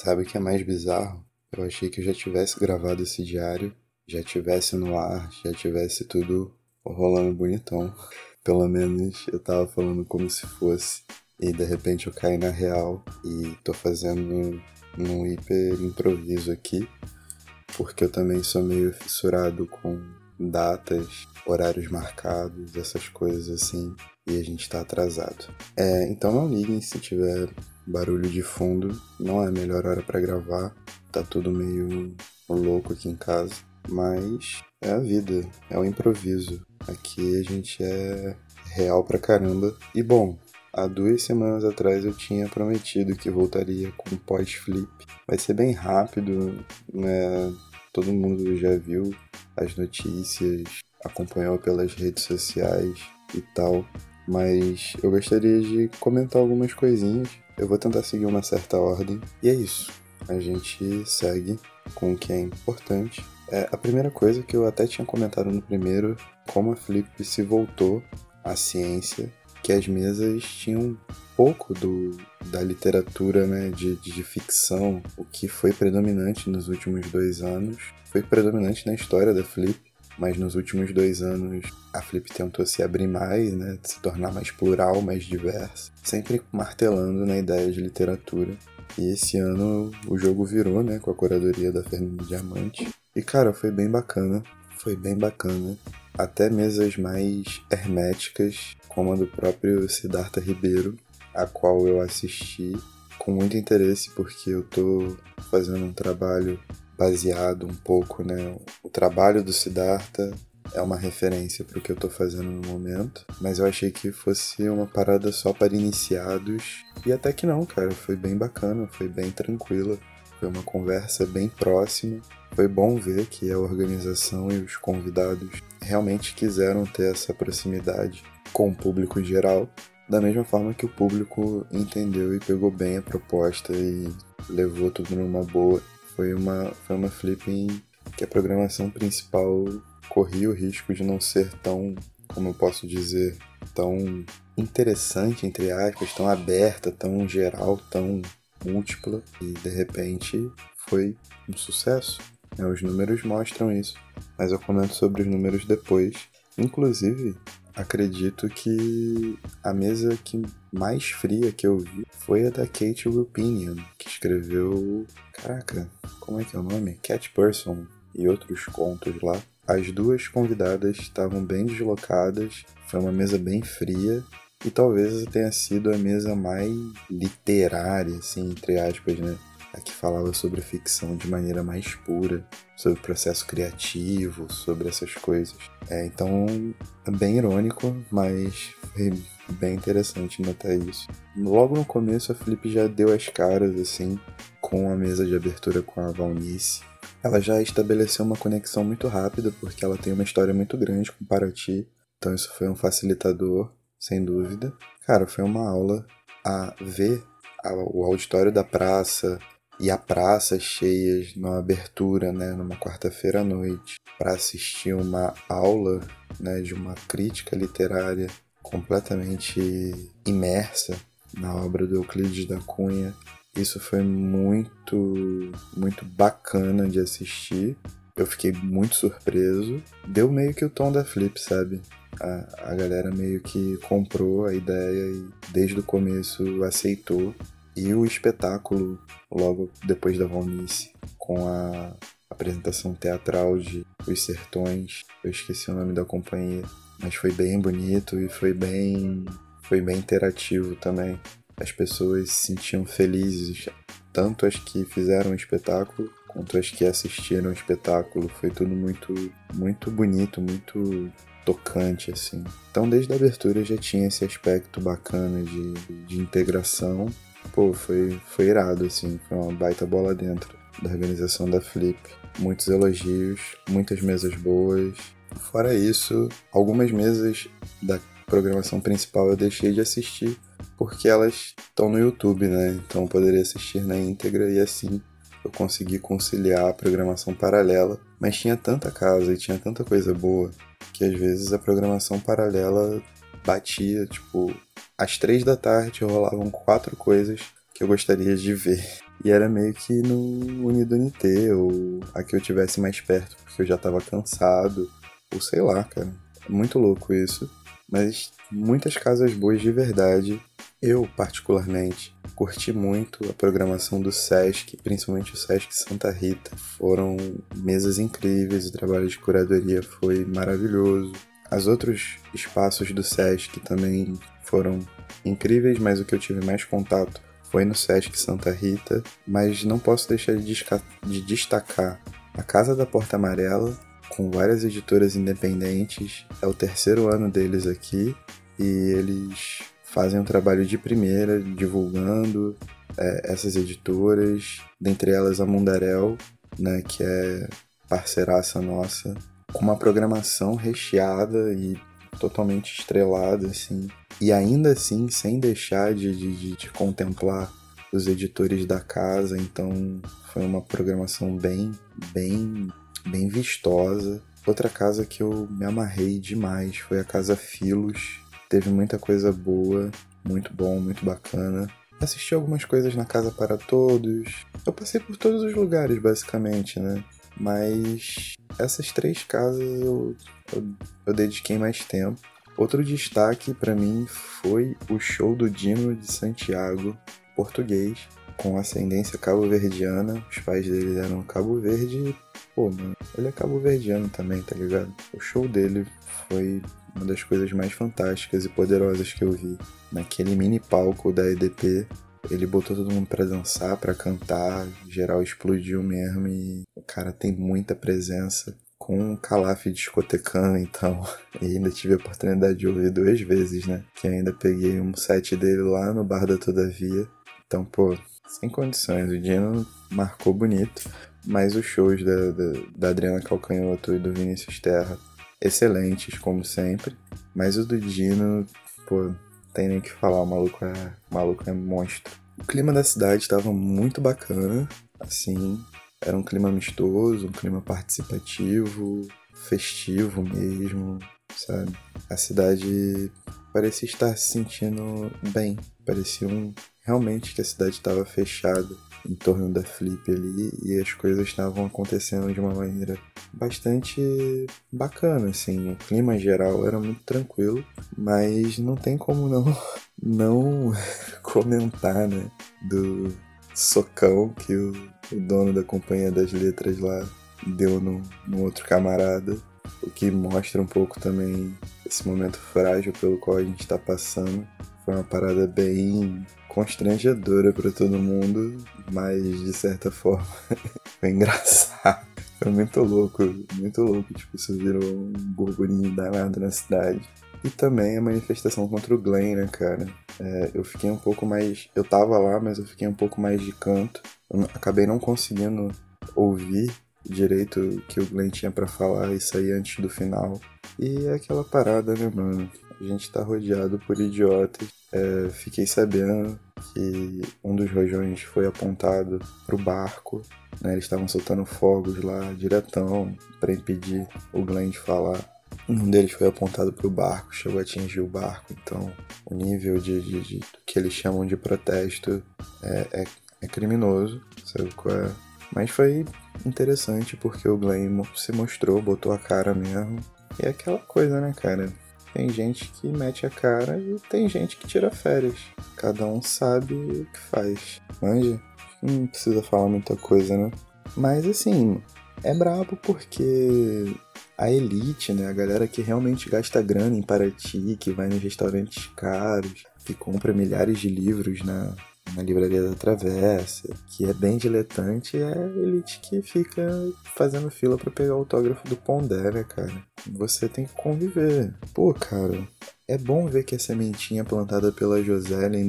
Sabe o que é mais bizarro? Eu achei que eu já tivesse gravado esse diário, já tivesse no ar, já tivesse tudo rolando bonitão. Pelo menos eu tava falando como se fosse. E de repente eu caí na real e tô fazendo um hiper improviso aqui, porque eu também sou meio fissurado com datas, horários marcados, essas coisas assim, e a gente tá atrasado. Então não liguem se tiver barulho de fundo, não é a melhor hora pra gravar, tá tudo meio louco aqui em casa, mas é a vida, é o improviso. Aqui a gente é real pra caramba. E bom, há 2 semanas atrás eu tinha prometido que voltaria com pós-flip. Vai ser bem rápido, né? Todo mundo já viu as notícias, acompanhou pelas redes sociais e tal. Mas eu gostaria de comentar algumas coisinhas. Eu vou tentar seguir uma certa ordem. E é isso. A gente segue com o que é importante. A primeira coisa que eu até tinha comentado no primeiro, como a Flip se voltou à ciência, que as mesas tinham pouco da literatura, né, de ficção, o que foi predominante nos últimos 2 anos. Foi predominante na história da Flip, mas nos últimos 2 anos a Flip tentou se abrir mais, né, se tornar mais plural, mais diversa, sempre martelando na ideia de literatura. E esse ano o jogo virou, né, com a curadoria da Fernanda Diamante. E cara, foi bem bacana, foi bem bacana. Até mesas mais herméticas, como a do próprio Siddhartha Ribeiro, a qual eu assisti com muito interesse, porque eu tô fazendo um trabalho baseado um pouco, né? O trabalho do Siddhartha é uma referência para o que eu tô fazendo no momento, mas eu achei que fosse uma parada só para iniciados, e até que não, cara, foi bem bacana, foi bem tranquila, foi uma conversa bem próxima. Foi bom ver que a organização e os convidados realmente quiseram ter essa proximidade com o público geral, da mesma forma que o público entendeu e pegou bem a proposta e levou tudo numa boa. Foi uma flip em que a programação principal corria o risco de não ser tão, como eu posso dizer, tão interessante, entre aspas, tão aberta, tão geral, tão múltipla, e de repente foi um sucesso. Os números mostram isso, mas eu comento sobre os números depois. Inclusive, acredito que a mesa que mais fria que eu vi foi a da Kate Rupinian, que escreveu... Caraca, como é que é o nome? Cat Person e outros contos lá. As duas convidadas estavam bem deslocadas, foi uma mesa bem fria, e talvez tenha sido a mesa mais literária, assim, entre aspas, né? A que falava sobre a ficção de maneira mais pura, sobre o processo criativo, sobre essas coisas. Então, é bem irônico, mas foi bem interessante notar isso. Logo no começo, a Flip já deu as caras, assim, com a mesa de abertura com a Valnice. Ela já estabeleceu uma conexão muito rápida, porque ela tem uma história muito grande com Paraty, então isso foi um facilitador, sem dúvida. Cara, foi uma aula a ver o auditório da praça e a praça cheias na abertura, né, numa quarta-feira à noite, para assistir uma aula, né, de uma crítica literária completamente imersa na obra do Euclides da Cunha. Isso foi muito, muito bacana de assistir. Eu fiquei muito surpreso. Deu meio que o tom da Flip, sabe? A galera meio que comprou a ideia e desde o começo aceitou. E o espetáculo, logo depois da Valnice, com a apresentação teatral de Os Sertões, eu esqueci o nome da companhia, mas foi bem bonito e foi bem interativo também. As pessoas se sentiam felizes, tanto as que fizeram o espetáculo, quanto as que assistiram o espetáculo. Foi tudo muito, muito bonito, muito tocante, assim. Então, desde a abertura já tinha esse aspecto bacana de integração. Pô, foi irado, assim, foi uma baita bola dentro da organização da Flip. Muitos elogios, muitas mesas boas. Fora isso, algumas mesas da programação principal eu deixei de assistir porque elas estão no YouTube, né? Então eu poderia assistir na íntegra e assim eu consegui conciliar a programação paralela. Mas tinha tanta casa e tinha tanta coisa boa que às vezes a programação paralela batia, tipo, às 3 da tarde rolavam 4 coisas que eu gostaria de ver. E era meio que no Unidunité, ou a que eu tivesse mais perto, porque eu já tava cansado, ou sei lá, cara. É muito louco isso. Mas muitas casas boas de verdade. Eu, particularmente, curti muito a programação do Sesc, principalmente o Sesc Santa Rita. Foram mesas incríveis, o trabalho de curadoria foi maravilhoso. Os outros espaços do Sesc também foram incríveis, mas o que eu tive mais contato foi no Sesc Santa Rita. Mas não posso deixar de destacar a Casa da Porta Amarela, com várias editoras independentes. É o terceiro ano deles aqui e eles fazem um trabalho de primeira, divulgando essas editoras, dentre elas a Mundarel, né, que é parceiraça nossa, com uma programação recheada e totalmente estrelada, assim, e ainda assim sem deixar de contemplar os editores da casa. Então foi uma programação bem vistosa. Outra casa que eu me amarrei demais foi a Casa Filos. Teve muita coisa boa, muito bom, muito bacana. Assisti algumas coisas na Casa para Todos. Eu passei por todos os lugares, basicamente, né? Mas essas três casas eu dediquei mais tempo. Outro destaque para mim foi o show do Dino de Santiago, português, com ascendência cabo-verdiana. Os pais dele eram Cabo Verde. Pô, mano, ele é cabo-verdiano também, tá ligado? O show dele foi uma das coisas mais fantásticas e poderosas que eu vi. Naquele mini palco da EDP, ele botou todo mundo pra dançar, pra cantar, geral explodiu mesmo e o cara tem muita presença. Com um Calaf discotecando, então, e ainda tive a oportunidade de ouvir 2 vezes, né? Que ainda peguei um set dele lá no Bar da Todavia. Então, pô, sem condições, o Dino marcou bonito, mas os shows da Adriana Calcanhoto e do Vinícius Terra, excelentes, como sempre. Mas o do Dino, pô, tem nem o que falar, o maluco é monstro. O clima da cidade estava muito bacana, assim, era um clima amistoso, um clima participativo, festivo mesmo, sabe? A cidade parecia estar se sentindo bem, parecia realmente que a cidade estava fechada em torno da Flip ali e as coisas estavam acontecendo de uma maneira bastante bacana, assim. O clima geral era muito tranquilo, mas não tem como não comentar, né, do socão que o dono da Companhia das Letras lá deu no outro camarada, o que mostra um pouco também esse momento frágil pelo qual a gente está passando. Foi uma parada bem constrangedora para todo mundo, mas de certa forma foi engraçado. Foi muito louco, tipo, isso virou um burburinho danado na cidade. E também a manifestação contra o Glenn, né, cara? Eu fiquei um pouco mais... Eu tava lá, mas eu fiquei um pouco mais de canto. Acabei não conseguindo ouvir direito o que o Glenn tinha pra falar e sair antes do final. E é aquela parada, né, mano? A gente tá rodeado por idiotas. Fiquei sabendo que um dos rojões foi apontado pro barco, né? Eles estavam soltando fogos lá diretão pra impedir o Glenn de falar. Um deles foi apontado pro barco, chegou a atingir o barco. Então o nível do que eles chamam de protesto é criminoso, sabe qual é? Mas foi interessante porque o Glenn se mostrou, botou a cara mesmo. E é aquela coisa, né, cara? Tem gente que mete a cara e tem gente que tira férias. Cada um sabe o que faz. Manja? Não precisa falar muita coisa, né? Mas assim, é brabo porque a elite, né? A galera que realmente gasta grana em Paraty, que vai nos restaurantes caros, que compra milhares de livros na Livraria da Travessa, que é bem diletante, é a elite que fica fazendo fila pra pegar o autógrafo do Pondé, né, cara? Você tem que conviver. Pô, cara, é bom ver que a sementinha plantada pela Josélia em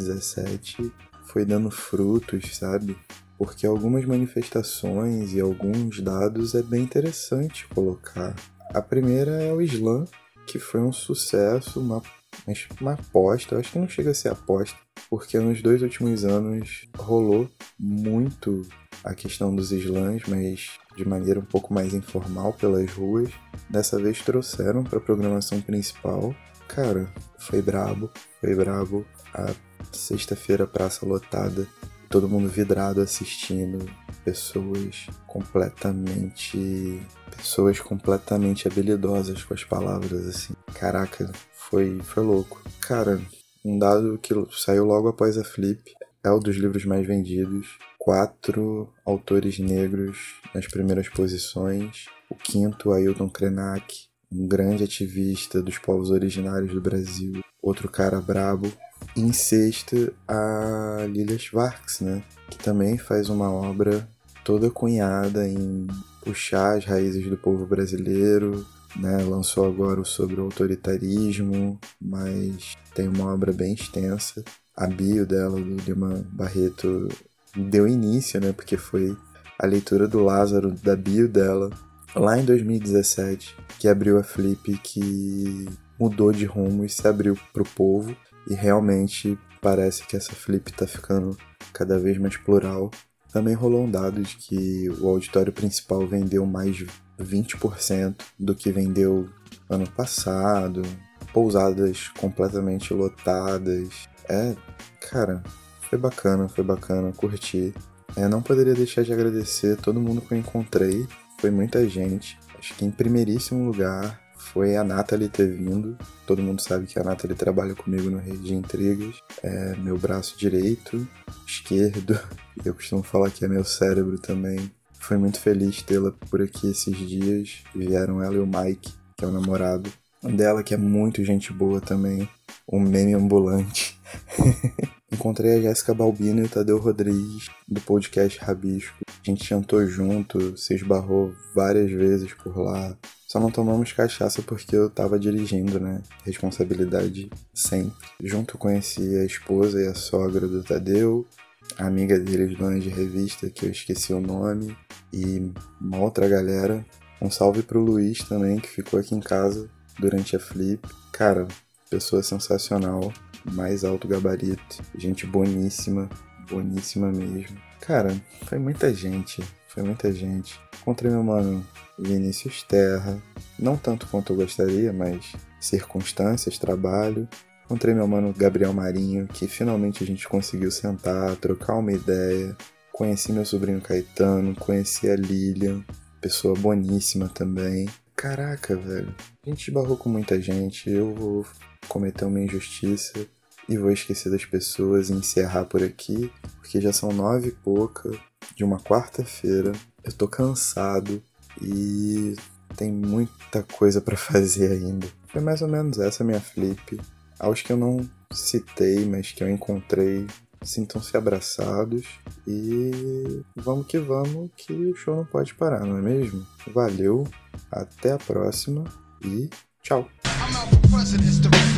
2017 foi dando frutos, sabe? Porque algumas manifestações e alguns dados é bem interessante colocar. A primeira é o Slam, que foi um sucesso, uma aposta. Eu acho que não chega a ser aposta, porque nos 2 últimos anos rolou muito a questão dos slams, mas de maneira um pouco mais informal pelas ruas. Dessa vez trouxeram para a programação principal. Cara, foi brabo. A sexta-feira, praça lotada. todo mundo vidrado assistindo, pessoas completamente habilidosas com as palavras, assim. Caraca, foi louco. Cara, um dado que saiu logo após a Flip, é um dos livros mais vendidos, 4 autores negros nas primeiras posições, o quinto, Ailton Krenak, um grande ativista dos povos originários do Brasil, outro cara brabo, e em sexto, a Lilia Schwartz, né, que também faz uma obra toda cunhada em puxar as raízes do povo brasileiro, né? Lançou agora sobre o autoritarismo, mas tem uma obra bem extensa. A bio dela, do Lima Barreto, deu início, né? Porque foi a leitura do Lázaro, da bio dela, lá em 2017, que abriu a Flip, que mudou de rumo e se abriu pro povo. E realmente parece que essa Flip tá ficando cada vez mais plural. Também rolou um dado de que o auditório principal vendeu mais de 20% do que vendeu ano passado. Pousadas completamente lotadas. Cara, foi bacana, curti. Não poderia deixar de agradecer todo mundo que eu encontrei. Foi muita gente. Acho que em primeiríssimo lugar foi a Nathalie ter vindo. Todo mundo sabe que a Nathalie trabalha comigo no Rede de Intrigas. É meu braço direito, esquerdo. Eu costumo falar que é meu cérebro também. Fui muito feliz tê-la por aqui esses dias. Vieram ela e o Mike, que é o namorado dela, que é muito gente boa também. Um meme ambulante. Encontrei a Jéssica Balbino e o Tadeu Rodrigues, do podcast Rabisco. A gente jantou junto, se esbarrou várias vezes por lá. Só não tomamos cachaça porque eu tava dirigindo, né? Responsabilidade sempre. Junto conheci a esposa e a sogra do Tadeu, a amiga deles, dona de revista, que eu esqueci o nome, e uma outra galera. Um salve pro Luiz também, que ficou aqui em casa durante a Flip. Cara, pessoa sensacional, mais alto gabarito, gente boníssima mesmo. Cara, foi muita gente. Encontrei meu mano Vinícius Terra, não tanto quanto eu gostaria, mas circunstâncias, trabalho. Encontrei meu mano Gabriel Marinho, que finalmente a gente conseguiu sentar, trocar uma ideia. Conheci meu sobrinho Caetano, conheci a Lilian, pessoa boníssima também. Caraca, velho, a gente esbarrou com muita gente, eu vou cometer uma injustiça e vou esquecer das pessoas e encerrar por aqui, porque já são 9 e pouca de uma quarta-feira, eu tô cansado e tem muita coisa pra fazer ainda. Foi mais ou menos essa minha Flip. Aos que eu não citei, mas que eu encontrei, sintam-se abraçados e vamos, que o show não pode parar, não é mesmo? Valeu, até a próxima e tchau!